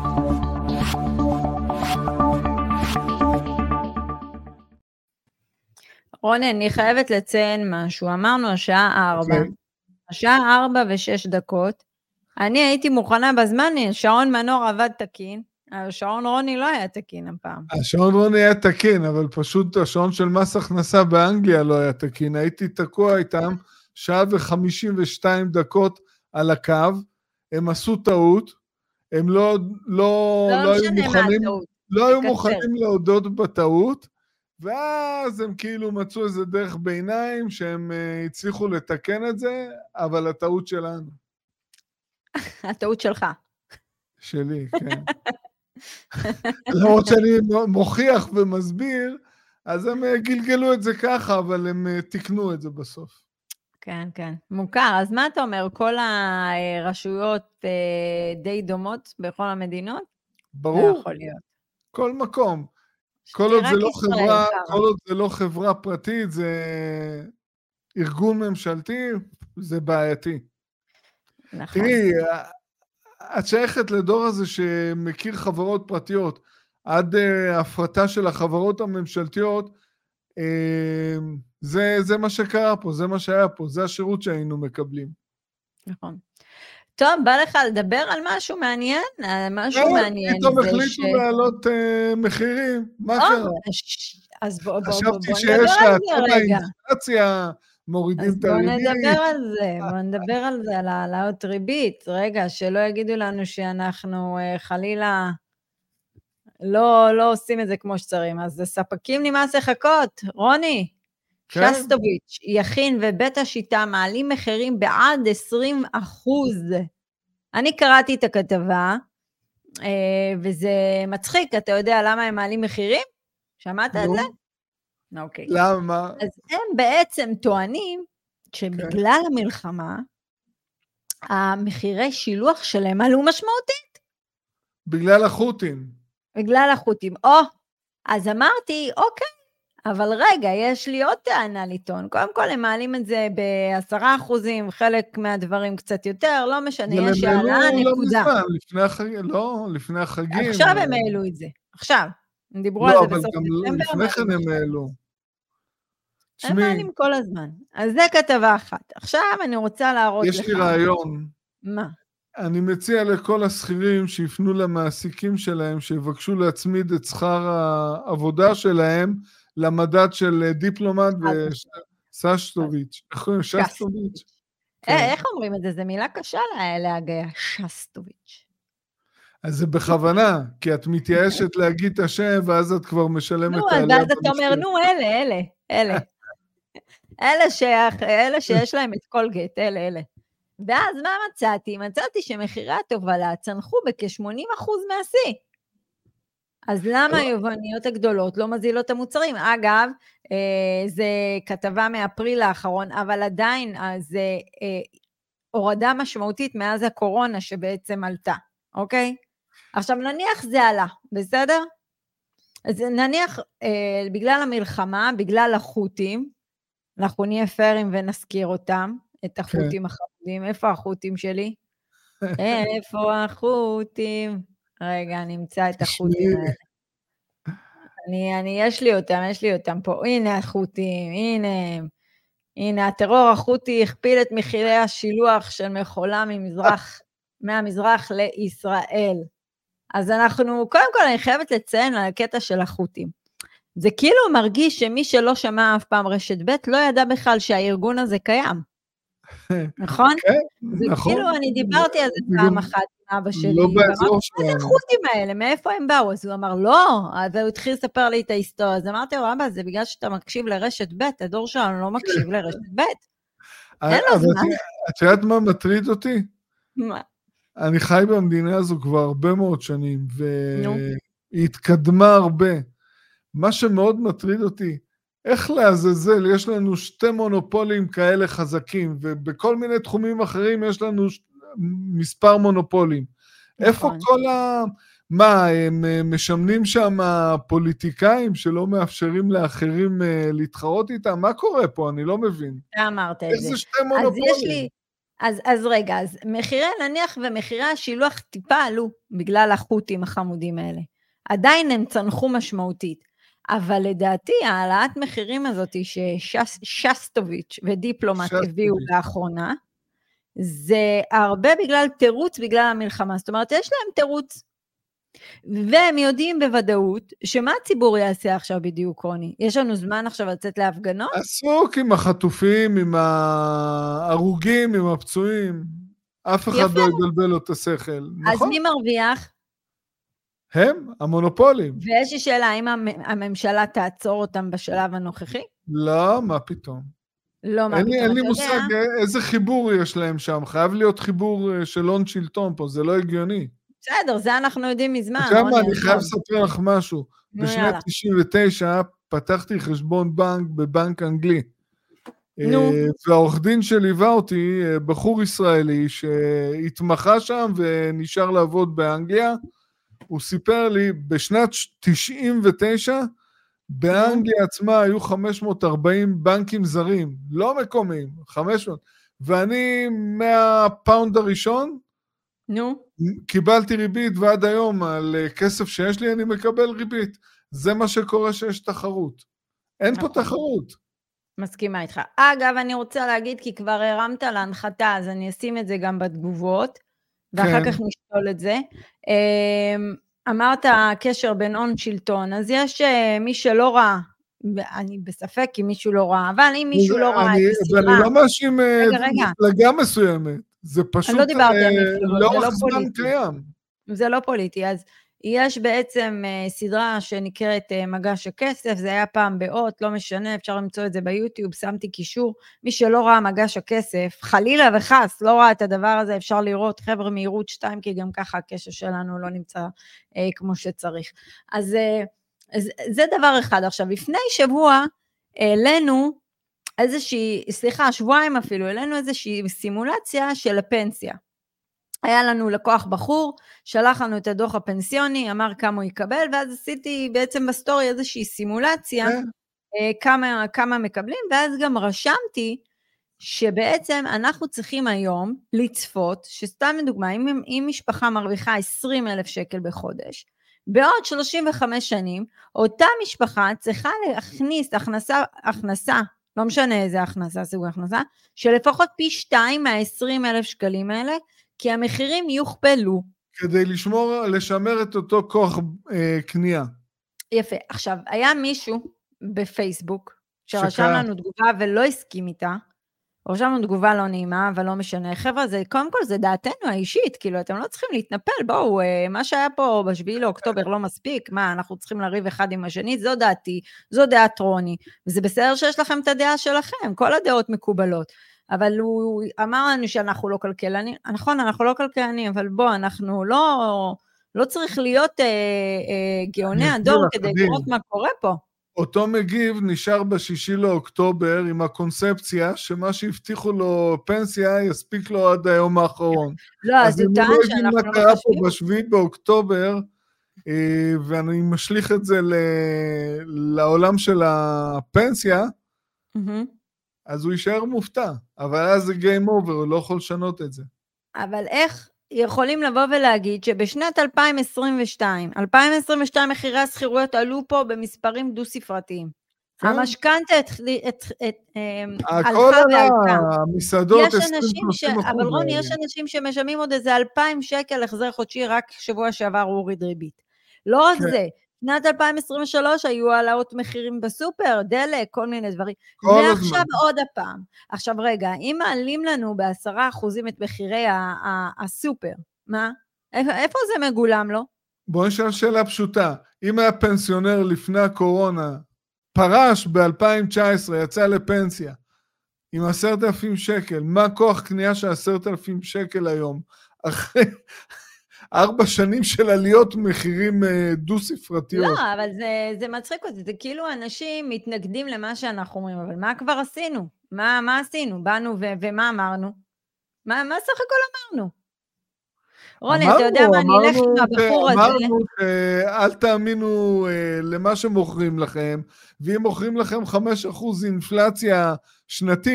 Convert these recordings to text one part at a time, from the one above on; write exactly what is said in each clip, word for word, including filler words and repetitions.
רונן, אני חייבת לציין משהו, אמרנו השעה ארבע, השעה ארבע ושש דקות, אני הייתי מוכנה בזמן, שעון מנור עבד תקין, השעון רוני לא היה תקין הפעם. השעון רוני היה תקין, אבל פשוט השעון של מס הכנסה באנגליה לא היה תקין, הייתי תקוע איתם שעה וחמישים ושתיים דקות על הקו, הם עשו טעות, הם לא, לא, לא, לא היו מוכנים, לא היו מוכנים להודות בטעות, ואז הם כאילו מצאו איזה דרך ביניים, שהם uh, הצליחו לתקן את זה, אבל הטעות שלנו. הטעות שלך. שלי, כן. למרות שאני מוכיח ומסביר, אז הם גלגלו את זה ככה, אבל הם תקנו את זה בסוף. כן, כן. מוכר. אז מה אתה אומר? כל הרשויות די דומות בכל המדינות? ברור. לא יכול להיות. כל מקום. כל עוד זה לא חברה, כל עוד זה לא חברה פרטית, זה ארגון ממשלתי, זה בעייתי. נכון. תראי, את שייכת לדור הזה שמכיר חברות פרטיות, עד ההפרטה של החברות הממשלתיות, זה, זה מה שקרה פה, זה מה שהיה פה, זה השירות שהיינו מקבלים. נכון. טוב, בא לך לדבר על משהו מעניין? משהו מעניין. פתאום החליטו לעלות מחירים, מה קרה? אז בוא נדבר חשבתי שיש האינפלציה, מורידים את הריבית. אז בוא נדבר על זה, בוא נדבר על זה, על העלאות ריבית. רגע, שלא יגידו לנו שאנחנו חלילה לא, לא עושים את זה כמו שצריך. אז ספקים נמאס לחכות. רוני, שסטוביץ', יכין ובית השיטה מעלים מחירים בעד עשרים אחוז. אני קראתי את הכתבה, וזה מצחיק, אתה יודע למה הם מעלים מחירים? שמעת את זה? אוקיי. למה? אז הם בעצם טוענים שבגלל המלחמה, המחירי שילוח שלהם עלו משמעותית. בגלל החות'ים. בגלל החות'ים. או, אז אמרתי, אוקיי, אבל רגע, יש לי עוד טענה לטעון. קודם כל, הם מעלים את זה בעשרה אחוזים, חלק מהדברים קצת יותר, לא משנה, יש העלאה נקודה. לא, לפני החגים, לא, לפני החגים. עכשיו הם העלו את זה. עכשיו, הם דיברו על זה בסוף דצמבר. לא, אבל לפני כן הם העלו. הם מעלים כל הזמן. אז זה כתבה אחת. עכשיו אני רוצה להראות לך. יש לי רעיון. מה? אני מציע לכל השכירים שיפנו למעסיקים שלהם, שיבקשו להצמיד את שכר העבודה שלהם, למדד של דיפלומט ושסטוביץ'. איך אומרים? שסטוביץ'? איך אומרים את זה? זו מילה קשה להגיה, שסטוביץ'. אז זה בכוונה, כי את מתייאשת להגיד את השם, ואז את כבר משלמת נו, אז ואז אתה אומר, נו, אלה, אלה, אלה. אלה שיש להם את קולגט, אלה, אלה. ואז מה מצאתי? מצאתי שמחירי התובלה צנחו בכ-שמונים אחוז מהשיא. אז למה היבואניות הגדולות לא מזילות את המוצרים? אגב, זה כתבה מאפריל האחרון, אבל עדיין זה הורדה משמעותית מאז הקורונה שבעצם עלתה, אוקיי? עכשיו נניח זה עלה, בסדר? אז נניח בגלל המלחמה, בגלל החות'ים, אנחנו נהיה פיירים ונזכיר אותם, את החות'ים החמודים. איפה החות'ים שלי? איפה החות'ים? רגע, אני אמצא את החות'ים האלה. אני, אני, יש לי אותם, יש לי אותם פה. הנה החות'ים, הנה הם. הנה, הטרור החותי הכפיל את מחירי השילוח של מכולה ממזרח, מהמזרח לישראל. אז אנחנו, קודם כל אני חייבת לציין על הקטע של החות'ים. זה כאילו מרגיש שמי שלא שמע אף פעם רשת ב' לא ידע בכלל שהארגון הזה קיים. נכון? כן, זה נכון. כאילו אני דיברתי על זה פעם אחת עם אבא שלי. לא באזור שלנו. מה זה החות'ים האלה? מאיפה הם באו? אז הוא אמר, לא. אז הוא התחיל לספר לי את ההיסטוריה. אז אמרתי לו, אבא, זה בגלל שאתה מקשיב לרשת ב', הדור שלנו לא מקשיב לרשת ב'. אין לו זמן. את יודעת מה מטריד אותי? מה? אני חי במדינה הזו כבר הרבה מאוד שנים, והיא התקדמה הרבה. מה שמאוד מטריד אותי, איך לעזאזל, יש לנו שתי מונופולים כאלה חזקים, ובכל מיני תחומים אחרים יש לנו מספר מונופולים. נכון. איפה כל ה... מה, הם משמנים שם פוליטיקאים שלא מאפשרים לאחרים להתחרות איתם? מה קורה פה? אני לא מבין. אתה אמרת את זה. איזה שתי מונופולים? אז יש לי, אז, אז רגע, אז מחירי נניח ומחירי השילוח טיפה עלו בגלל החוטים החמודים האלה. עדיין הם צנחו משמעותית. אבל לדעתי, העלאת מחירים הזאת ששסטוביץ' ודיפלומט הביאו לאחרונה, זה הרבה בגלל תירוץ בגלל המלחמה. זאת אומרת, יש להם תירוץ. והם יודעים בוודאות שמה הציבור יעשה עכשיו בדיוק, רוני? יש לנו זמן עכשיו לצאת להפגנות? עסוק עם החטופים, עם ההרוגים, עם הפצועים. אף אחד יפה. לא יבלבל לו את השכל. אז נכון? מי מרוויח? הם, המונופולים. ויש לי שאלה, האם הממשלה תעצור אותם בשלב הנוכחי? לא, מה פתאום. לא, מה אין פתאום. לי, אין לי מושג איזה חיבור יש להם שם. חייב להיות חיבור של הון שלטון פה, זה לא הגיוני. בסדר, זה אנחנו יודעים מזמן. עכשיו מה, אני חייב לספר לך משהו. בשנת תשעים ותשע פתחתי חשבון בנק בבנק אנגלי. נו. והעורך דין שליווה אותי, בחור ישראלי שהתמחה שם ונשאר לעבוד באנגליה, הוא סיפר לי, בשנת תשעים ותשע, באנגליה עצמה היו חמש מאות וארבעים בנקים זרים, לא מקומיים, חמש מאות, ואני מהפאונד הראשון, נו. קיבלתי ריבית, ועד היום על כסף שיש לי אני מקבל ריבית. זה מה שקורה שיש תחרות. אין פה תחרות. מסכימה איתך. אגב, אני רוצה להגיד, כי כבר הרמת להנחתה, אז אני אשים את זה גם בתגובות, ואחר כך נשתול את זה. אמרת קשר בין הון שלטון, אז יש מי שלא ראה, אני בספק אם מישהו לא ראה, אבל אם מישהו לא ראה את הסירה... ואני לא מאשים מפלגה מסוימת. זה פשוט לא דיברתי על מפלגות, לאורך זמן קיים. זה לא פוליטי, אז יש בעצם סדרה שנקראת מגש הכסף, זה היה פעם באות, לא משנה, אפשר למצוא את זה ביוטיוב, שמתי קישור, מי שלא ראה מגש הכסף, חלילה וחס, לא ראה את הדבר הזה, אפשר לראות חבר'ה מהירות שתיים, כי גם ככה הקשר שלנו לא נמצא אה, כמו שצריך. אז, אה, אז זה דבר אחד. עכשיו, לפני שבוע העלינו איזושהי, סליחה, שבועיים אפילו, העלינו איזושהי סימולציה של הפנסיה. היה לנו לקוח בחור, שלח לנו את הדוח הפנסיוני, אמר כמה הוא יקבל, ואז עשיתי בעצם בסטורי איזושהי סימולציה, כמה, כמה מקבלים, ואז גם רשמתי, שבעצם אנחנו צריכים היום לצפות, שסתם לדוגמה, אם, אם משפחה מרוויחה עשרים אלף שקל בחודש, בעוד שלושים וחמש שנים, אותה משפחה צריכה להכניס הכנסה, הכנסה, לא משנה איזה הכנסה, סוג הכנסה, שלפחות פי שתיים מה-עשרים אלף שקלים האלה, כי המחירים יוכפלו. כדי לשמור, לשמר את אותו כוח אה, קנייה. יפה. עכשיו, היה מישהו בפייסבוק, שרשם לנו תגובה ולא הסכים איתה, רשם לנו תגובה לא נעימה, אבל לא משנה. חבר'ה, זה, קודם כל זה דעתנו האישית, כאילו, אתם לא צריכים להתנפל, בואו, מה שהיה פה בשביעי לאוקטובר לא מספיק, מה, אנחנו צריכים לריב אחד עם השני, זו דעתי, זו דעת רוני, וזה בסדר שיש לכם את הדעה שלכם, כל הדעות מקובלות, אבל הוא אמר לנו שאנחנו לא כלכלנים, נכון, אנחנו לא כלכלנים, אבל בוא, אנחנו לא, לא צריך להיות אה, אה, גאוני הדור כדי לראות מה קורה פה. אותו מגיב נשאר בשישי לאוקטובר עם הקונספציה שמה שהבטיחו לו פנסיה יספיק לו עד היום האחרון. לא, אז הוא טען שאנחנו לא חושבים. אז אני לא יודעים מה קרה פה בשביעי באוקטובר, ואני משליך את זה לעולם של הפנסיה, אז הוא יישאר מופתע, אבל אז זה גיים אובר, הוא לא יכול לשנות את זה. אבל איך יכולים לבוא ולהגיד שבשנת אלפיים עשרים ושתיים, אלפיים עשרים ושתיים מחירי הסחירויות עלו פה במספרים דו-ספרתיים. המשכנתה הלכה ועלתה. המסעדות עשרים שלושים אחוז. אבל רוני, יש אנשים שמשלמים עוד איזה אלפיים שקל החזר חודשי, רק שבוע שעבר הוא הוריד ריבית. לא רק זה, שנת אלפיים עשרים ושלוש היו העלאות מחירים בסופר, דלק, כל מיני דברים. ועכשיו עוד הפעם. עכשיו רגע, אם מעלים לנו בעשרה אחוזים את מחירי הסופר, מה? איפה זה מגולם לו? בואו נשאל שאלה פשוטה. אם היה פנסיונר לפני הקורונה, פרש ב-אלפיים תשע עשרה, יצא לפנסיה, עם עשרת אלפים שקל, מה כוח קנייה של עשרת אלפים שקל היום? אחרי ארבע שנים של עליות מחירים דו-ספרתיות. לא, אבל זה, זה מצחיק אותי, זה כאילו אנשים מתנגדים למה שאנחנו אומרים, אבל מה כבר עשינו? מה, מה עשינו? באנו ו- ומה אמרנו? מה, מה סך הכל אמרנו? רוני, אתה יודע מה, אני אלך עם הבחור הזה. אמרנו שאל תאמינו למה שמוכרים לכם, ואם מוכרים לכם חמישה אחוז אינפלציה שנתית,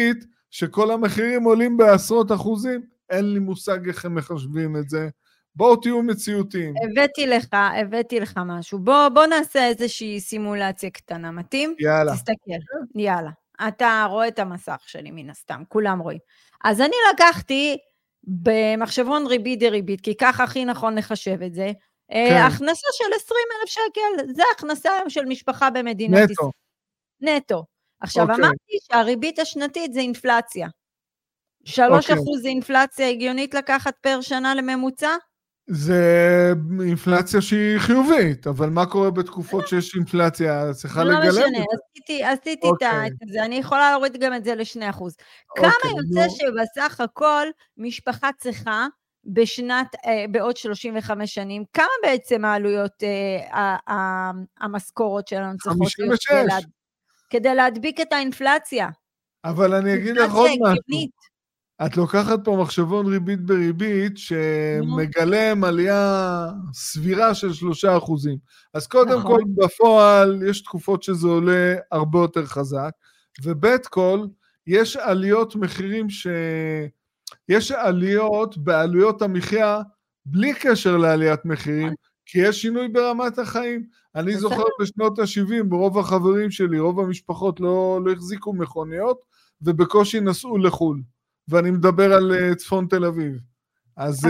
שכל המחירים עולים בעשרות אחוזים, אין לי מושג איך הם מחשבים את זה. בואו תהיו מציאותיים. הבאתי לך, הבאתי לך משהו. בוא, בוא נעשה איזושהי סימולציה קטנה, מתאים? יאללה. תסתכל, יאללה. אתה רואה את המסך שלי מן הסתם, כולם רואים. אז אני לקחתי במחשבון ריבית דריבית, כי ככה הכי נכון לחשב את זה, כן. הכנסה של עשרים אלף שקל, זה הכנסה של משפחה במדינת ישראל. נטו. נטו. עכשיו אוקיי. אמרתי שהריבית השנתית זה אינפלציה. שלוש אחוז אוקיי. זה אינפלציה הגיונית לקחת פר שנה לממוצע? זה אינפלציה שהיא חיובית, אבל מה קורה בתקופות שיש אינפלציה? צריכה לגלם? לא משנה, עשיתי, עשיתי אוקיי. את זה, אני יכולה להוריד גם את זה ל-שני אחוז. כמה אוקיי, יוצא נו. שבסך הכל משפחה צריכה בשנת, אה, בעוד שלושים וחמש שנים, כמה בעצם העלויות, אה, אה, המשכורות שלנו צריכות חמישים ושש. להיות כדי, כדי להדביק את האינפלציה? אבל אני אגיד לך עוד משהו. את לוקחת פה מחשבון ריבית בריבית, שמגלם עלייה סבירה של שלושה אחוזים. אז קודם כל, בפועל, יש תקופות שזה עולה הרבה יותר חזק, ובית כל, יש עליות מחירים ש... יש עליות בעלויות המחיה, בלי קשר לעליית מחירים, כי יש שינוי ברמת החיים. אני זוכר בשנות ה-שבעים, ברוב החברים שלי, רוב המשפחות לא, לא החזיקו מכוניות, ובקושי נסעו לחול. ואני מדבר על צפון תל אביב. אז,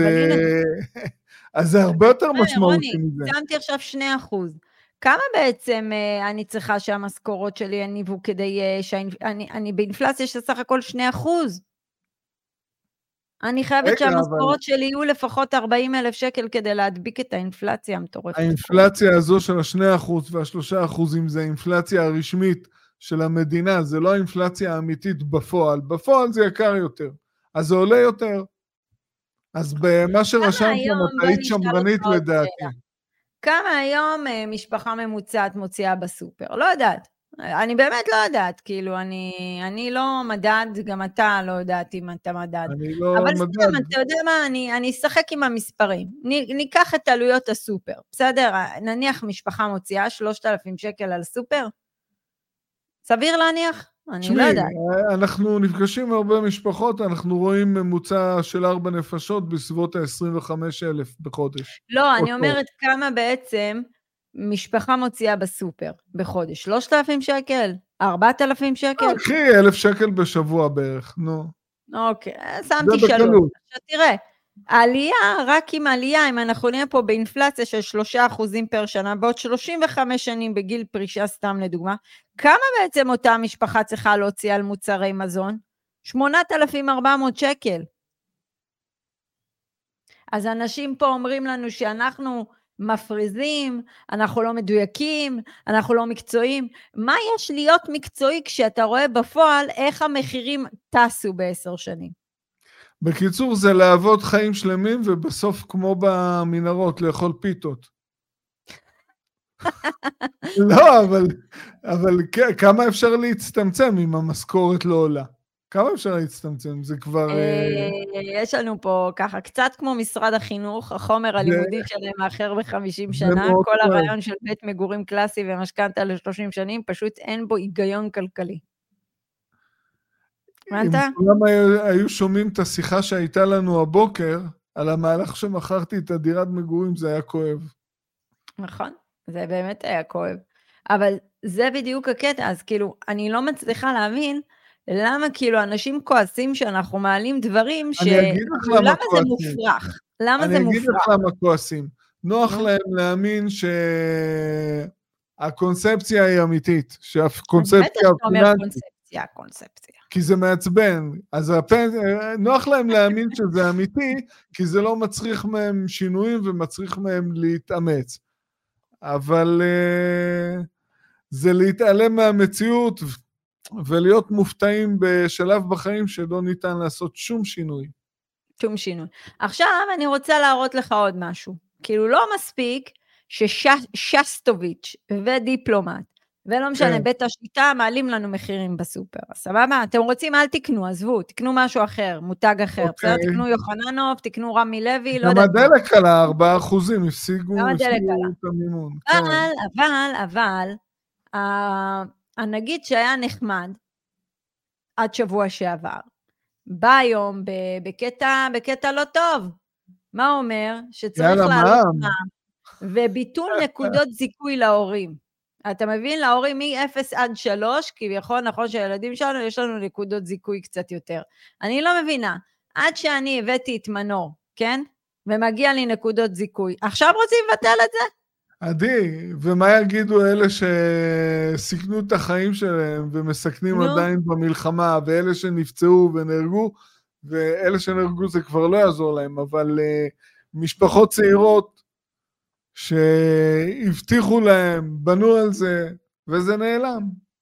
אז זה הרבה יותר משמעותי מזה. רוני, שמתי עכשיו שני אחוז. כמה בעצם אני צריכה שהמשכורות שלי יניבו כדי שאני אני באינפלציה שסך הכל שני אחוז? אני חייבת שהמשכורות שלי יהיו לפחות ארבעים אלף שקל כדי להדביק את האינפלציה המטורפת. האינפלציה הזו של השני אחוז והשלושה אחוזים זה האינפלציה הרשמית של המדינה, זה לא האינפלציה האמיתית בפועל. בפועל זה יקר יותר, אז זה עולה יותר. אז במה שרשמת שם, את היית שמרנית לדעתי. כמה היום משפחה ממוצעת מוציאה בסופר? לא יודעת. אני באמת לא יודעת, כאילו, אני, אני לא מדד, גם אתה לא יודעת אם אתה מדד. אני לא אבל מדד. אבל סתם, אתה יודע מה, אני, אני אשחק עם המספרים. ניקח את עלויות הסופר, בסדר? נניח משפחה מוציאה שלושת אלפים שקל על סופר? סביר להניח? אני שמי, לא יודעת. אנחנו נפגשים הרבה משפחות, אנחנו רואים ממוצע של ארבע נפשות בסביבות ה-עשרים וחמישה אלף בחודש. לא, אני אומרת כמה בעצם משפחה מוציאה בסופר בחודש. שלושת אלפים שקל? ארבעת אלפים שקל? אחי, אלף שקל בשבוע בערך, נו. אוקיי, שמתי שלוש. עכשיו תראה, העלייה, רק עם העלייה, אם אנחנו נהיה פה באינפלציה של שלושה אחוזים פר שנה, בעוד שלושים וחמש שנים בגיל פרישה, סתם לדוגמה, כמה בעצם אותה משפחה צריכה להוציא על מוצרי מזון? שמונת אלפים וארבע מאות שקל. אז אנשים פה אומרים לנו שאנחנו מפריזים, אנחנו לא מדויקים, אנחנו לא מקצועיים. מה יש להיות מקצועי כשאתה רואה בפועל איך המחירים טסו בעשר שנים? בקיצור, זה לעבוד חיים שלמים, ובסוף כמו במנהרות, לאכול פיתות. לא, אבל, אבל כמה אפשר להצטמצם אם המשכורת לא עולה? כמה אפשר להצטמצם? זה כבר... יש לנו פה ככה, קצת כמו משרד החינוך, החומר הלימודי שלהם מאחר ב-חמישים שנה, כל הרעיון של בית מגורים קלאסי ומשכנתה ל-שלושים שנים, פשוט אין בו היגיון כלכלי. מה אתה? אם כולם היו שומעים את השיחה שהייתה לנו הבוקר, על המהלך שמכרתי את הדירת מגורים, זה היה כואב. נכון, זה באמת היה כואב. אבל זה בדיוק הקטע, אז כאילו, אני לא מצליחה להבין, למה כאילו אנשים כועסים שאנחנו מעלים דברים, ש... למה זה מופרך? למה זה מופרך? אני אגיד לך למה כועסים. נוח להם להאמין שהקונספציה היא אמיתית, שהקונספציה הפיננסית. קונספציה. כי זה מעצבן, אז הפנ... נוח להם להאמין שזה אמיתי, כי זה לא מצריך מהם שינויים ומצריך מהם להתאמץ. אבל uh, זה להתעלם מהמציאות ולהיות מופתעים בשלב בחיים שלא ניתן לעשות שום שינוי. שום שינוי. עכשיו אני רוצה להראות לך עוד משהו. כאילו לא מספיק ששסטוביץ' ודיפלומט, ולא משנה, בית השליטה מעלים לנו מחירים בסופר. סבבה? אתם רוצים, אל תקנו, עזבו, תקנו משהו אחר, מותג אחר. בסדר, תקנו יוחננוב, תקנו רמי לוי, לא יודע. גם הדלק על ה-ארבעה אחוזים, הפסיגו את המימון. אבל, אבל, אבל, הנגיד שהיה נחמד, עד שבוע שעבר. בא היום בקטע, בקטע לא טוב. מה אומר? שצריך לעלות מע"מ, וביטול נקודות זיכוי להורים. אתה מבין? להורים מ-אפס עד שלוש, כביכול נכון שהילדים שלנו, יש לנו נקודות זיכוי קצת יותר. אני לא מבינה, עד שאני הבאתי את מנור, כן? ומגיע לי נקודות זיכוי. עכשיו רוצים לבטל את זה? עדי, ומה יגידו אלה שסיכנו את החיים שלהם ומסכנים עדיין במלחמה, ואלה שנפצעו ונהרגו, ואלה שנהרגו זה כבר לא יעזור להם, אבל uh, משפחות צעירות שהבטיחו להם, בנו על זה, וזה נעלם.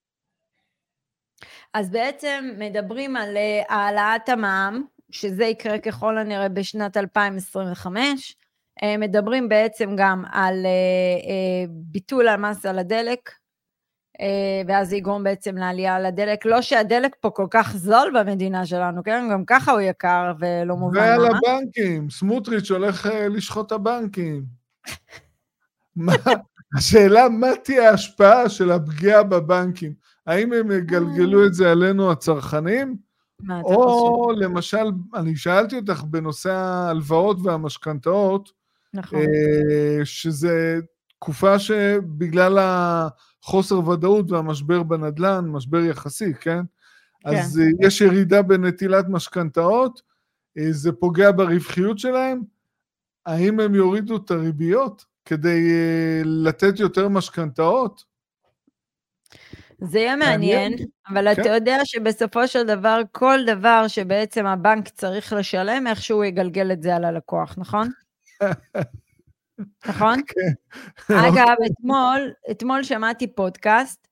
אז בעצם מדברים על העלאת המע"מ, שזה יקרה ככל הנראה בשנת אלפיים עשרים וחמש, מדברים בעצם גם על ביטול המס על הדלק, ואז זה יגרום בעצם לעלייה על הדלק, לא שהדלק פה כל כך זול במדינה שלנו, כן? גם ככה הוא יקר ולא מובן מה. ועל הבנקים, סמוטריץ' הולך לשחוט הבנקים. מה, השאלה מה תהיה ההשפעה של הפגיעה בבנקים? האם הם יגלגלו את זה עלינו הצרכנים? או למשל, אני שאלתי אותך בנושא ההלוואות והמשכנתאות, נכון. שזה תקופה שבגלל החוסר ודאות והמשבר בנדלן, משבר יחסי, כן? כן. אז יש ירידה בנטילת משכנתאות, זה פוגע ברווחיות שלהם, האם הם יורידו את הריביות כדי לתת יותר משכנתאות? זה יהיה מעניין, אבל אתה יודע שבסופו של דבר, כל דבר שבעצם הבנק צריך לשלם, איכשהו יגלגל את זה על הלקוח, נכון? נכון? אגב, אתמול, אתמול שמעתי פודקאסט,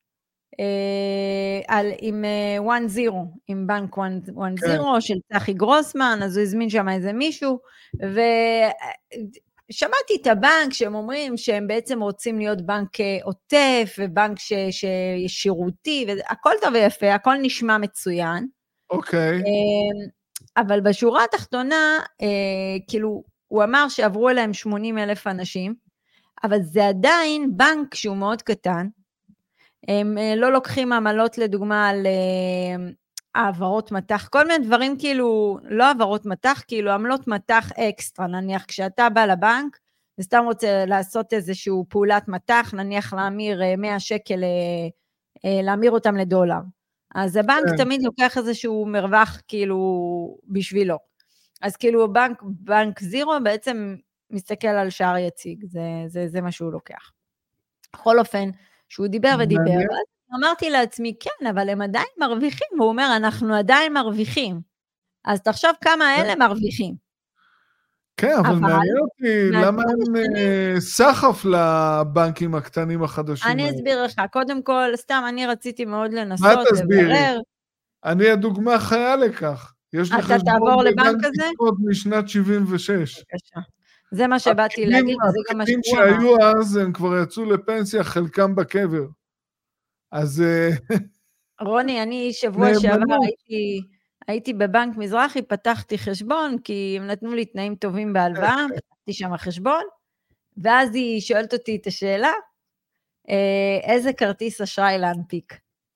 עם וואן זירו, עם בנק וואן זירו, של צחי גרוסמן, אז הוא הזמין שם איזה מישהו, ו... שמעתי את הבנק שהם אומרים שהם בעצם רוצים להיות בנק עוטף, ובנק ש, שירותי, והכל טוב ויפה, הכל נשמע מצוין. אוקיי. אבל בשורה התחתונה, כאילו, הוא אמר שעברו אליהם שמונים אלף אנשים, אבל זה עדיין בנק שהוא מאוד קטן, הם לא לוקחים עמלות לדוגמה על העברות מתח, כל מיני דברים כאילו, לא העברות מתח, כאילו עמלות מתח אקסטרה, נניח כשאתה בא לבנק, וסתם רוצה לעשות איזשהו פעולת מתח, נניח להמיר מאה שקל, להמיר אותם לדולר. אז הבנק כן. תמיד לוקח איזשהו מרווח כאילו בשבילו. אז כאילו בנק, בנק זירו בעצם מסתכל על שער יציג, זה, זה, זה מה שהוא לוקח. בכל אופן, שהוא דיבר ודיבר, אמרתי לעצמי, כן, אבל הם עדיין מרוויחים, הוא אומר, אנחנו עדיין מרוויחים. אז תחשוב כמה אלה מרוויחים. כן, אבל מעניין אותי, למה הם סחף לבנקים הקטנים החדשים? אני אסביר לך, קודם כל, סתם, אני רציתי מאוד לנסות, לברר. מה תסבירי? אני הדוגמה חיה לכך. אתה תעבור לבנק הזה? משנת שבעים ושש. בבקשה. זה מה שבאתי להגיד, וזה גם מה שהוא אמר. שהיו אז, הם כבר יצאו לפנסיה, חלקם בקבר. אז... רוני, אני שבוע שעבר הייתי, הייתי בבנק מזרחי, פתחתי חשבון, כי הם נתנו לי תנאים טובים בהלוואה, פתחתי שם החשבון, ואז היא שואלת אותי את השאלה, איזה כרטיס אשראי להנפיק?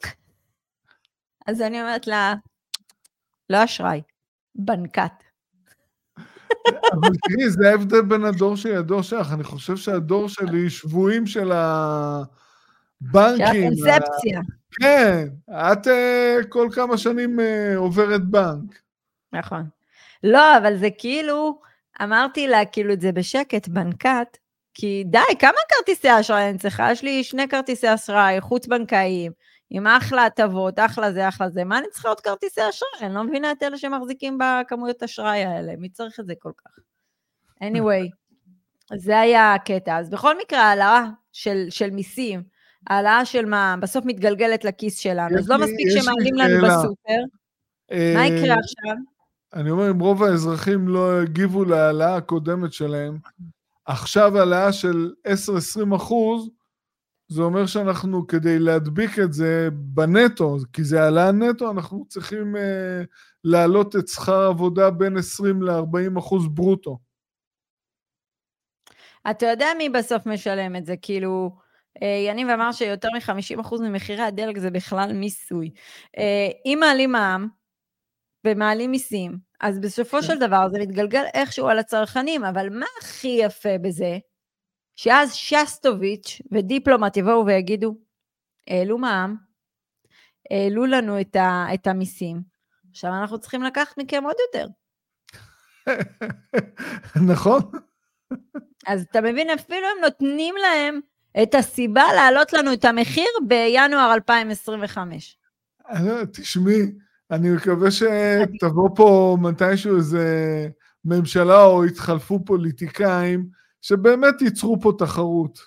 אז אני אומרת לה, לא אשראי, בנקת. אבל תראי, זה ההבדל בין הדור שלי לדור שלך, אני חושב שהדור שלי שבויים של הבנקים. של הקונספציה. כן, את כל כמה שנים עוברת בנק. נכון. לא, אבל זה כאילו, אמרתי לה כאילו את זה בשקט, בנקת, כי די, כמה כרטיסי אשראי אני צריכה? יש לי שני כרטיסי אשראי, חוץ בנקאיים, עם אחלה הטבות, אחלה זה, אחלה זה, מה אני צריכה עוד כרטיסי אשראי? אני לא מבינה את אלה שמחזיקים בכמויות אשראי האלה, מי צריך את זה כל כך? anyway, זה היה הקטע. אז בכל מקרה, העלאה של, של מיסים, העלאה של מה, בסוף מתגלגלת לכיס שלנו, אז לא מספיק שמעלים לנו בסופר, מה יקרה עכשיו? אני אומר, אם רוב האזרחים לא הגיבו להעלאה הקודמת שלהם, עכשיו העלאה של עשר עשרים אחוז, זה אומר שאנחנו, כדי להדביק את זה בנטו, כי זה העלאה נטו, אנחנו צריכים אה, להעלות את שכר עבודה בין עשרים לארבעים אחוז ברוטו. אתה יודע מי בסוף משלם את זה, כאילו, יניב אמר שיותר מ-חמישים אחוז ממחירי הדלק זה בכלל מיסוי. אם מעלים מע"מ ומעלים מיסים, אז בסופו של דבר זה מתגלגל איכשהו על הצרכנים, אבל מה הכי יפה בזה? שאז שסטוביץ' ודיפלומט יבואו ויגידו, העלו מע"מ, העלו לנו את, ה, את המיסים, עכשיו אנחנו צריכים לקחת מכם עוד יותר. נכון. אז אתה מבין, אפילו הם נותנים להם את הסיבה להעלות לנו את המחיר בינואר אלפיים עשרים וחמש. תשמעי, אני מקווה שתבוא פה מתישהו איזה ממשלה או יתחלפו פוליטיקאים, שבאמת ייצרו פה תחרות.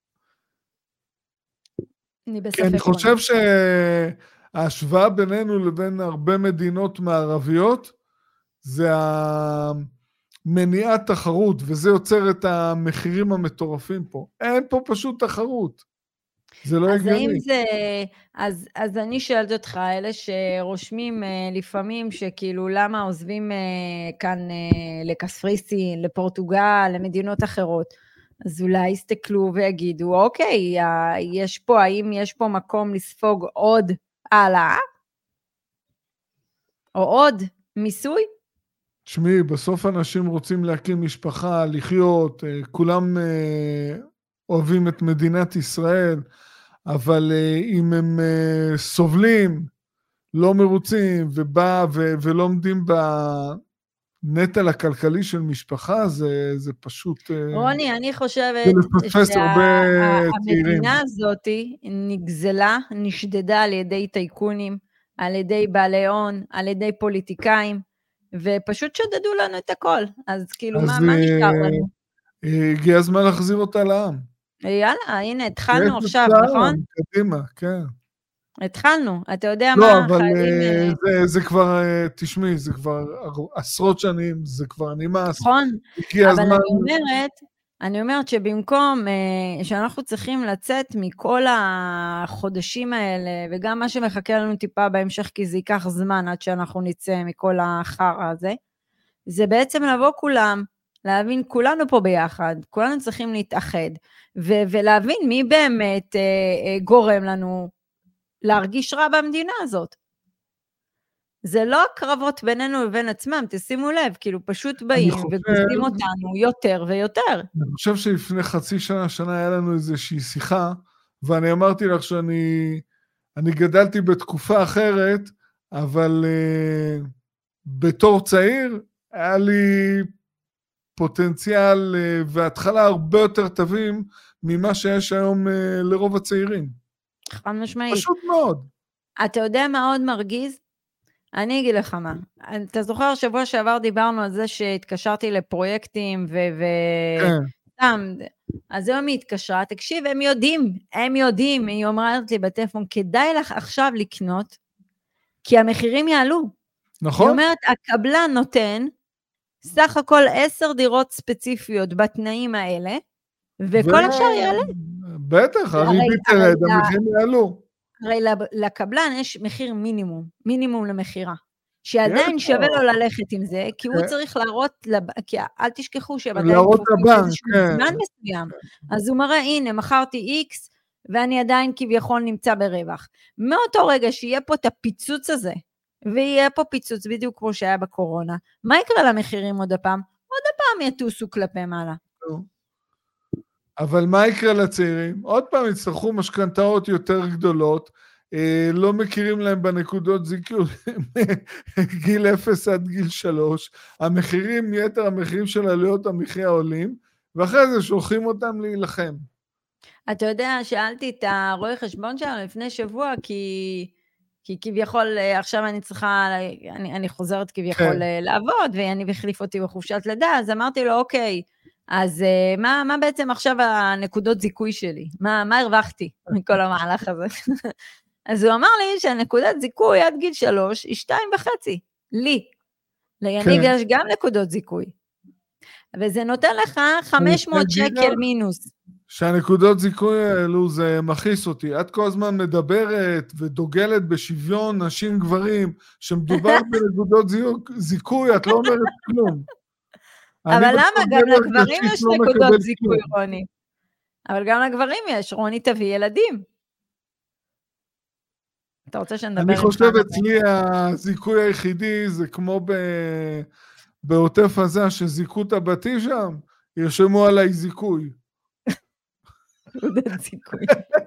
אני בספק. כי אני חושב שההשוואה בינינו לבין הרבה מדינות מערביות, זה המניעת תחרות, וזה יוצר את המחירים המטורפים פה. אין פה פשוט תחרות. זה לא הגיוני. אז האם זה, אז, אז אני שואלת אותך, אלה שרושמים לפעמים שכאילו למה עוזבים כאן לקפריסין, לפורטוגל, למדינות אחרות, אז אולי יסתכלו ויגידו, אוקיי, יש פה, האם יש פה מקום לספוג עוד העלאה? או עוד מיסוי? תשמעי, בסוף אנשים רוצים להקים משפחה, לחיות, כולם אוהבים את מדינת ישראל, אבל אם הם סובלים, לא מרוצים, ובא ולא עומדים בנטל הכלכלי של משפחה, זה, זה פשוט... רוני, אני חושבת שהמדינה הזאת נגזלה, נשדדה על ידי טייקונים, על ידי בעלי הון, על ידי פוליטיקאים, ופשוט שדדו לנו את הכל. אז כאילו, מה, מה נשאר לנו? הגיע הזמן להחזיר אותה לעם. יאללה, הנה, התחלנו עכשיו, נכון? קדימה, כן. התחלנו, אתה יודע לא, מה? לא, אבל חייבים... זה, זה כבר, תשמעי, זה כבר עשרות שנים, זה כבר נמאס. נכון, הגיע אבל הזמן... אני אומרת, אני אומרת שבמקום שאנחנו צריכים לצאת מכל החודשים האלה, וגם מה שמחכה לנו טיפה בהמשך, כי זה ייקח זמן עד שאנחנו נצא מכל החרא הזה, זה בעצם לבוא כולם, להבין, כולנו פה ביחד, כולנו צריכים להתאחד, ו- ולהבין מי באמת אה, אה, גורם לנו להרגיש רע במדינה הזאת. זה לא הקרבות בינינו לבין עצמם, תשימו לב, כאילו פשוט באים חושב... וגוזים אותנו יותר ויותר. אני חושב שלפני חצי שנה, שנה היה לנו איזושהי שיחה, ואני אמרתי לך שאני אני גדלתי בתקופה אחרת, אבל uh, בתור צעיר היה לי פוטנציאל uh, והתחלה הרבה יותר טובים ממה שיש היום uh, לרוב הצעירים. חד משמעית. פשוט מאוד. אתה יודע מה עוד מרגיז? אני אגיד לך מה. אתה זוכר שבוע שעבר דיברנו על זה שהתקשרתי לפרויקטים ו... כן. אז היום היא התקשרה, תקשיב, הם יודעים, הם יודעים, היא אומרת לי בטלפון, כדאי לך עכשיו לקנות, כי המחירים יעלו. נכון. היא אומרת, הקבלן נותן, סך הכל עשר דירות ספציפיות בתנאים האלה, וכל השאר יעלה. בטח, הריבית תרד, המחירים יעלו. הרי לקבלן יש מחיר מינימום, מינימום למחירה, שעדיין שווה לו ללכת עם זה, כי הוא צריך להראות, כי אל תשכחו שבדיין כפופים איזשהו זמן מסוים, אז הוא מראה, הנה, מכרתי X, ואני עדיין כביכול נמצא ברווח. מאותו רגע שיהיה פה את הפיצוץ הזה, ויהיה פה פיצוץ בדיוק כמו שהיה בקורונה, מה יקרה למחירים עוד הפעם? עוד הפעם יטוסו כלפי מעלה. אבל מה יקרה לצעירים? עוד פעם יצטרכו משכנתאות יותר גדולות, אה, לא מכירים להם בנקודות זיכוי, גיל אפס עד גיל שלוש, המחירים, יתר המחירים של עלויות המחיה עולים, ואחרי זה שולחים אותם להילחם. אתה יודע, שאלתי את הרואי חשבון שלנו לפני שבוע, כי, כי כביכול עכשיו אני צריכה, אני, אני חוזרת כביכול כן. לעבוד, ואני החליף אותי בחופשת לידה, אז אמרתי לו, אוקיי, אז uh, מה, מה בעצם עכשיו הנקודות זיכוי שלי? מה, מה הרווחתי מכל המהלך הזה? אז הוא אמר לי שהנקודת זיכוי עד גיל שלוש היא שתיים וחצי, לי. ליניב כן. יש גם נקודות זיכוי. וזה נותן לך חמש מאות שקל מינוס. שהנקודות זיכוי האלו זה מכעיס אותי. את כל הזמן מדברת ודוגלת בשוויון נשים גברים, שמדובר בנקודות זיכוי, את לא אומרת כלום. אבל למה גם לגברים יש נקודות זיכוי, רוני? אבל גם לגברים יש, רוני תביא ילדים. אתה רוצה שנדבר? אני חושב אצלי הזיכוי היחידי זה כמו ב... בעוטף עזה שזיקו את הבתי שם, ירשמו עליי זיכוי. תעודת זיכוי.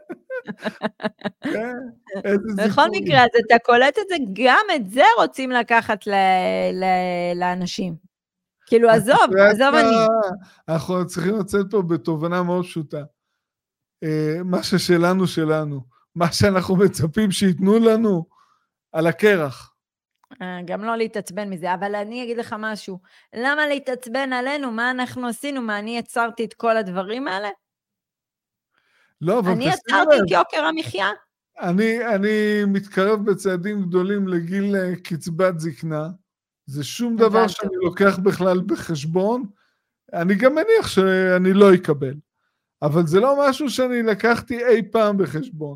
כן, איזה זיכוי. בכל מקרה, אז אתה קולט את זה, גם את זה רוצים לקחת לאנשים. כאילו, עזוב, עזוב אני. אנחנו צריכים לצאת פה בתובנה מאוד פשוטה. מה ששלנו שלנו, מה שאנחנו מצפים שיתנו לנו, על הקרח. גם לא להתעצבן מזה, אבל אני אגיד לך משהו. למה להתעצבן עלינו? מה אנחנו עשינו? מה, אני יצרתי את כל הדברים האלה? לא, אבל אני יצרתי את יוקר המחיה? אני, אני מתקרב בצעדים גדולים לגיל קצבת זקנה. זה שום דבר שאני לוקח בכלל בחשבון. אני גם מניח שאני לא אקבל. אבל זה לא משהו שאני לקחתי אי פעם בחשבון.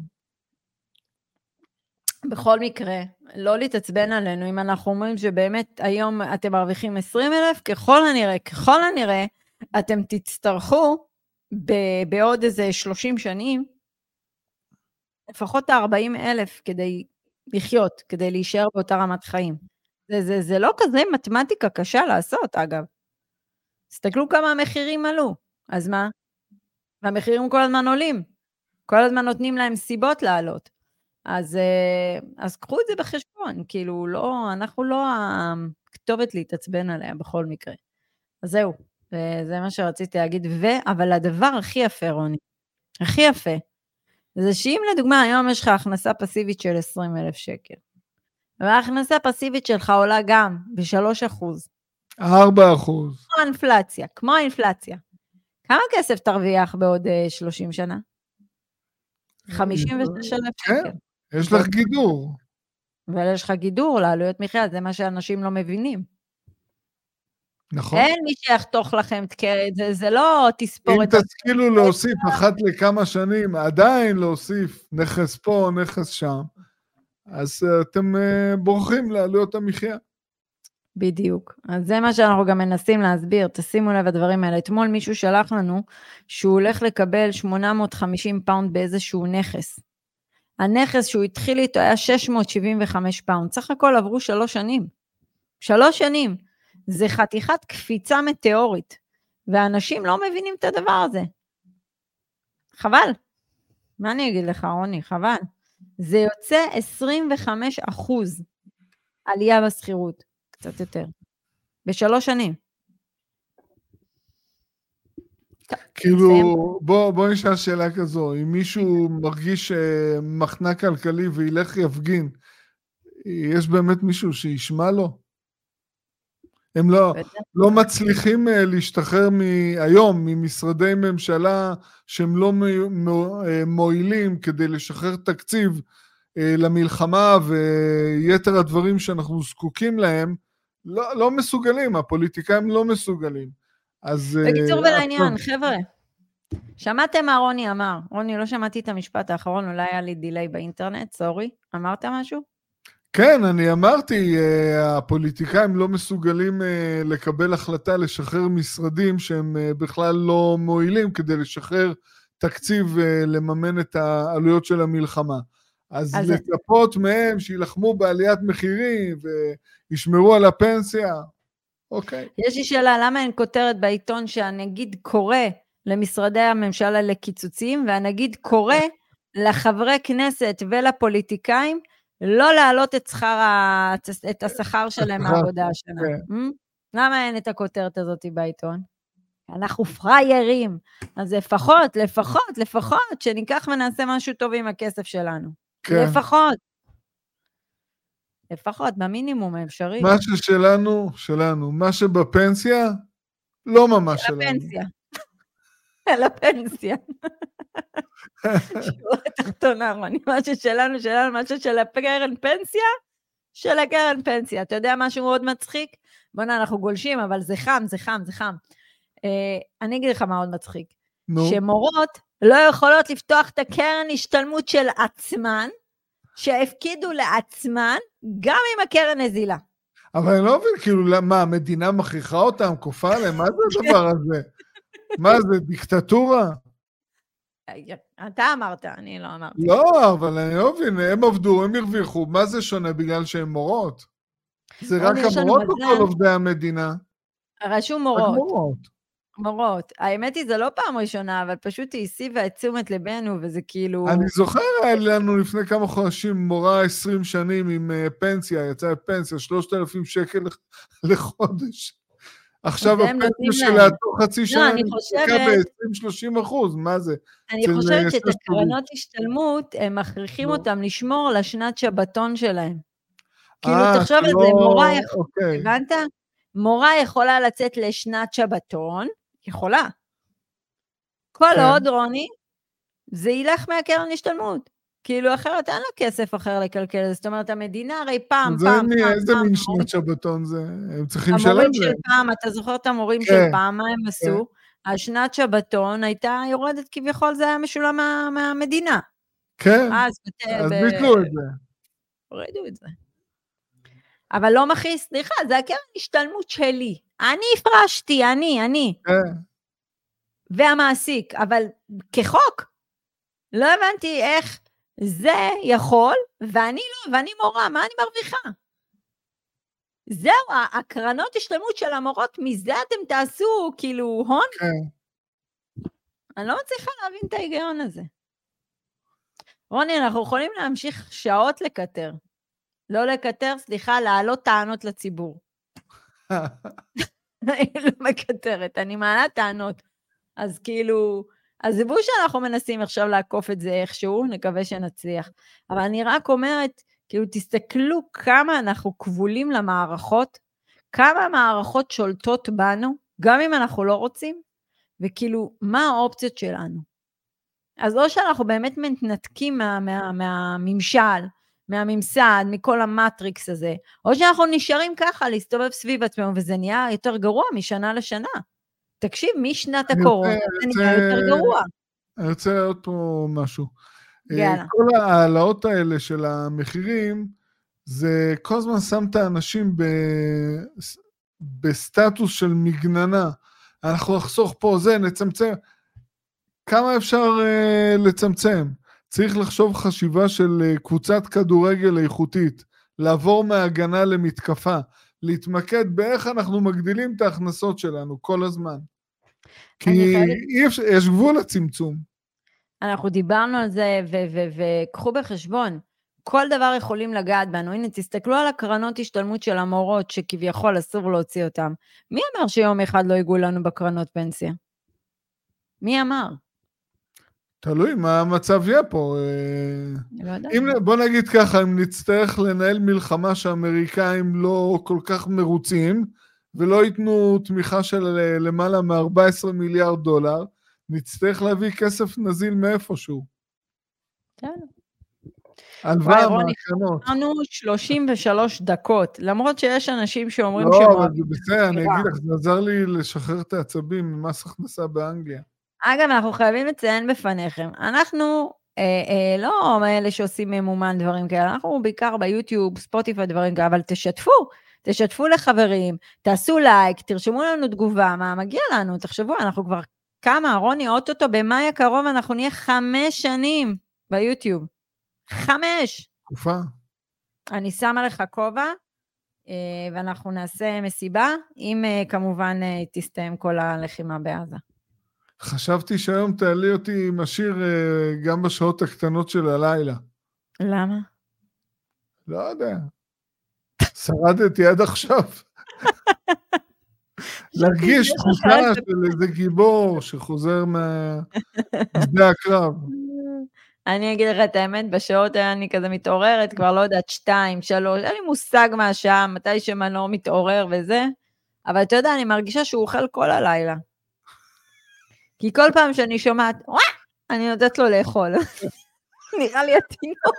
בכל מקרה, לא להתעצבן עלינו, אם אנחנו אומרים שבאמת היום אתם מרוויחים עשרים אלף, ככל הנראה, ככל הנראה, אתם תצטרכו בעוד איזה שלושים שנים, לפחות ארבעים אלף כדי לחיות, כדי להישאר באותה רמת חיים. זה, זה, זה לא כזה מתמטיקה קשה לעשות, אגב. תסתכלו כמה המחירים עלו, אז מה? והמחירים כל הזמן עולים, כל הזמן נותנים להם סיבות לעלות. אז, אז קחו את זה בחשבון, כאילו לא, אנחנו לא הכתובת להתעצבן עליה בכל מקרה. אז זהו, זה מה שרציתי להגיד, ו, אבל הדבר הכי יפה, רוני, הכי יפה, זה שאם לדוגמה היום יש לך הכנסה פסיבית של עשרים אלף שקל, וההכנסה פסיבית שלך עולה גם ב-שלוש אחוז. ארבע אחוז. כמו האינפלציה, כמו האינפלציה. כמה כסף תרוויח בעוד שלושים שנה? חמישים ושש אלף שקל. יש לך גידור. ויש לך גידור לעלויות מחיה, זה מה שאנשים לא מבינים. נכון. אין מי שיחתוך לכם, זה, זה לא תספורת. אם תשכילו להוסיף אחת לכמה שנים, עדיין להוסיף נכס פה, נכס שם, אז אתם בורחים לעלויות המחיה. בדיוק. אז זה מה שאנחנו גם מנסים להסביר, תשימו לב הדברים האלה. אתמול מישהו שלח לנו שהוא הולך לקבל שמונה מאות וחמישים פאונד באיזשהו נכס. הנכס שהוא התחיל איתו היה שש מאות שבעים וחמש פאונד. סך הכל עברו שלוש שנים. שלוש שנים. זה חתיכת קפיצה מטאורית. ואנשים לא מבינים את הדבר הזה. חבל. מה אני אגיד לך, רוני? חבל. זה יוצא עשרים וחמישה אחוז עלייה בסחירות. קצת יותר. בשלוש שנים. כאילו, בוא, בוא נשאל שאלה כזו, אם מישהו מרגיש מחנה כלכלי וילך יפגין, יש באמת מישהו שישמע לו? הם לא, לא מצליחים להשתחרר היום ממשרדי ממשלה שהם לא מועילים כדי לשחרר תקציב למלחמה ויתר הדברים שאנחנו זקוקים להם, לא, לא מסוגלים, הפוליטיקאים לא מסוגלים. אז... בקיצור ולעניין, חבר'ה, שמעתם מה רוני אמר? רוני, לא שמעתי את המשפט האחרון, אולי היה לי דילי באינטרנט, סורי, אמרת משהו? כן, אני אמרתי, הפוליטיקאים לא מסוגלים לקבל החלטה לשחרר משרדים שהם בכלל לא מועילים כדי לשחרר תקציב לממן את העלויות של המלחמה. אז, אז לצפות מהם שילחמו בעליית מחירים וישמרו על הפנסיה, אוקיי. יש לי שאלה, למה אין כותרת בעיתון שהנגיד קורא למשרדי הממשלה לקיצוצים, והנגיד קורא לחברי כנסת ולפוליטיקאים, לא להעלות את שכר, את השכר שלהם מהעבודה השנה. למה אין את הכותרת הזאת בעיתון? אנחנו פריירים, אז לפחות, לפחות, לפחות, שניקח ונעשה משהו טוב עם הכסף שלנו. לפחות. לפחות, במינימום האפשרי. מה ששלנו, שלנו. מה שבפנסיה, לא ממש שלנו. לפנסיה. לפנסיה. שורה תחתונה, רוני. מה ששלנו, שלנו, מה ששל הקרן פנסיה, של הקרן פנסיה. אתה יודע משהו מאוד מצחיק? בוא'נה, אנחנו גולשים, אבל זה חם, זה חם, זה חם. אני אגיד לך מה עוד מצחיק. שמורות לא יכולות לפתוח את הקרן השתלמות של עצמן, שהפקידו לעצמן, גם עם הקרן נזילה. אבל אני לא מבין, כאילו, מה, המדינה מכריחה אותם, כופה עליהם? מה זה הדבר הזה? מה זה, דיקטטורה? אתה אמרת, אני לא אמרתי. לא, אבל אני לא מבין, הם עבדו, הם הרוויחו, מה זה שונה בגלל שהם מורות? זה רק המורות או כל עובדי המדינה? רשום מורות. מורות. האמת היא, זה לא פעם ראשונה, אבל פשוט היא הסיבה את תשומת לבנו, וזה כאילו... אני זוכר, היה לנו לפני כמה חודשים מורה עשרים שנים עם פנסיה, יצאה פנסיה, שלושת אלפים שקל לחודש. עכשיו הפנסיה שלה תוך חצי שנה נפסקה ב-עשרים שלושים אחוז, מה זה? אני חושבת שאת הקרנות השתלמות, הם מכריחים אותם לשמור לשנת שבתון שלהם. כאילו, תחשוב על זה, מורה יכולה, הבנת? מורה יכולה לצאת לשנת שבתון, יכולה. כל עוד, רוני, זה ילך מהקרן השתלמות. כאילו, אחרת אין לה כסף אחר לקלקל. זאת אומרת, המדינה הרי פעם, פעם, פעם. איזה מין שנת שבתון זה? הם צריכים לשלם. המורים של פעם, אתה זוכר את המורים של פעם, מה הם עשו? השנת שבתון הייתה יורדת כביכול, זה היה משולם מהמדינה. כן, אז ביטלו את זה. הורידו את זה. אבל לא מכניס, סליחה, זה הקרן השתלמות שלי. אני הפרשתי, אני, אני. והמעסיק, אבל כחוק, לא הבנתי איך זה יכול, ואני לא, ואני מורה, מה אני מרוויחה? זהו, הקרנות השתלמות של המורות, מזה אתם תעשו, כאילו, הון? אני לא מצליחה להבין את ההיגיון הזה. רוני, אנחנו יכולים להמשיך שעות לקטר. לא לקטר, סליחה, להעלות טענות לציבור. אני לא מקטרת, אני מעלה טענות. אז כאילו, אז זה בו שאנחנו מנסים עכשיו לעקוף את זה איכשהו, נקווה שנצליח. אבל אני רק אומרת, כאילו, תסתכלו כמה אנחנו כבולים למערכות, כמה המערכות שולטות בנו, גם אם אנחנו לא רוצים, וכאילו, מה האופציות שלנו? אז או שאנחנו באמת מתנתקים מה, מה, מהממשל, מהממסד, מכל המטריקס הזה, או שאנחנו נשארים ככה להסתובב סביב עצמנו, וזה נהיה יותר גרוע משנה לשנה. תקשיב, משנת הקורונה, זה נהיה יותר גרוע. אני רוצה לראות פה משהו. יאללה. כל העלאות האלה של המחירים, זה כל הזמן שם את האנשים ב... בסטטוס של מגננה. אנחנו נחסוך פה זה, נצמצם. כמה אפשר uh, לצמצם? צריך לחשוב חשיבה של קבוצת כדורגל איכותית, לעבור מהגנה למתקפה, להתמקד באיך אנחנו מגדילים את ההכנסות שלנו כל הזמן. כי חייבת... יש גבול לצמצום. אנחנו דיברנו על זה, וקחו בחשבון, כל דבר יכולים לגעת בנו. הנה, תסתכלו על הקרנות השתלמות של המורות, שכביכול אסור להוציא אותם. מי אמר שיום אחד לא יגעו לנו בקרנות פנסיה? מי אמר? תלוי מה המצב יהיה פה. אם, בוא נגיד ככה, אם נצטרך לנהל מלחמה שהאמריקאים לא כל כך מרוצים, ולא ייתנו תמיכה של למעלה מ-ארבעה עשר מיליארד דולר, נצטרך להביא כסף נזיל מאיפשהו. כן. הלוואה מהקרנות. אמרנו שלושים ושלוש דקות, למרות שיש אנשים שאומרים לא, שהם... לא, אבל זה בסדר, אני אגיד לך, זה עזר לי לשחרר את העצבים ממס הכנסה באנגליה. אגב, אנחנו חייבים לציין בפניכם, אנחנו אה, אה, לא אלה שעושים ממומן דברים כאלה, אנחנו בעיקר ביוטיוב, ספוטיפיי, דברים כאלה, אבל תשתפו, תשתפו לחברים, תעשו לייק, תרשמו לנו תגובה, מה מגיע לנו, תחשבו, אנחנו כבר כמה, רוני, אוטוטו, במאי הקרוב אנחנו נהיה חמש שנים ביוטיוב, חמש. תקופה. אני שמה לך כובע, ואנחנו נעשה מסיבה, אם כמובן תסתיים כל הלחימה בעזה. חשבתי שהיום תעלי אותי עם השיר גם בשעות הקטנות של הלילה. למה? לא יודע. שרדתי עד עכשיו. להרגיש תחושה של איזה גיבור שחוזר משדה הקרב. אני אגיד לך את האמת, בשעות אני כזה מתעוררת, כבר לא יודעת, שתיים, שלוש, אין לי מושג מהשעה, מתי שמנור מתעורר וזה, אבל אתה יודע, אני מרגישה שהוא אוכל כל הלילה. כי כל פעם שאני שומעת, וואה, אני נותנת לו לאכול. נראה לי התינוק.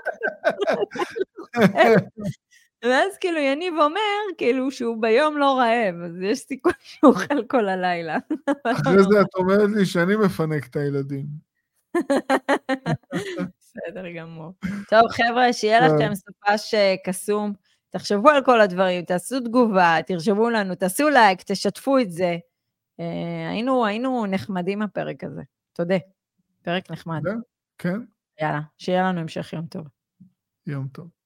ואז כאילו יניב אומר, כאילו שהוא ביום לא רעב, אז יש סיכוי שהוא אוכל כל הלילה. אחרי זה את אומרת לי שאני מפנק את הילדים. בסדר גמור. טוב חבר'ה, שיהיה לכם סופש קסום, תחשבו על כל הדברים, תעשו תגובה, תרשמו לנו, תעשו לייק, תשתפו את זה. היינו, היינו נחמדים הפרק הזה. תודה. פרק נחמד. כן? יאללה, שיהיה לנו המשך יום טוב. יום טוב.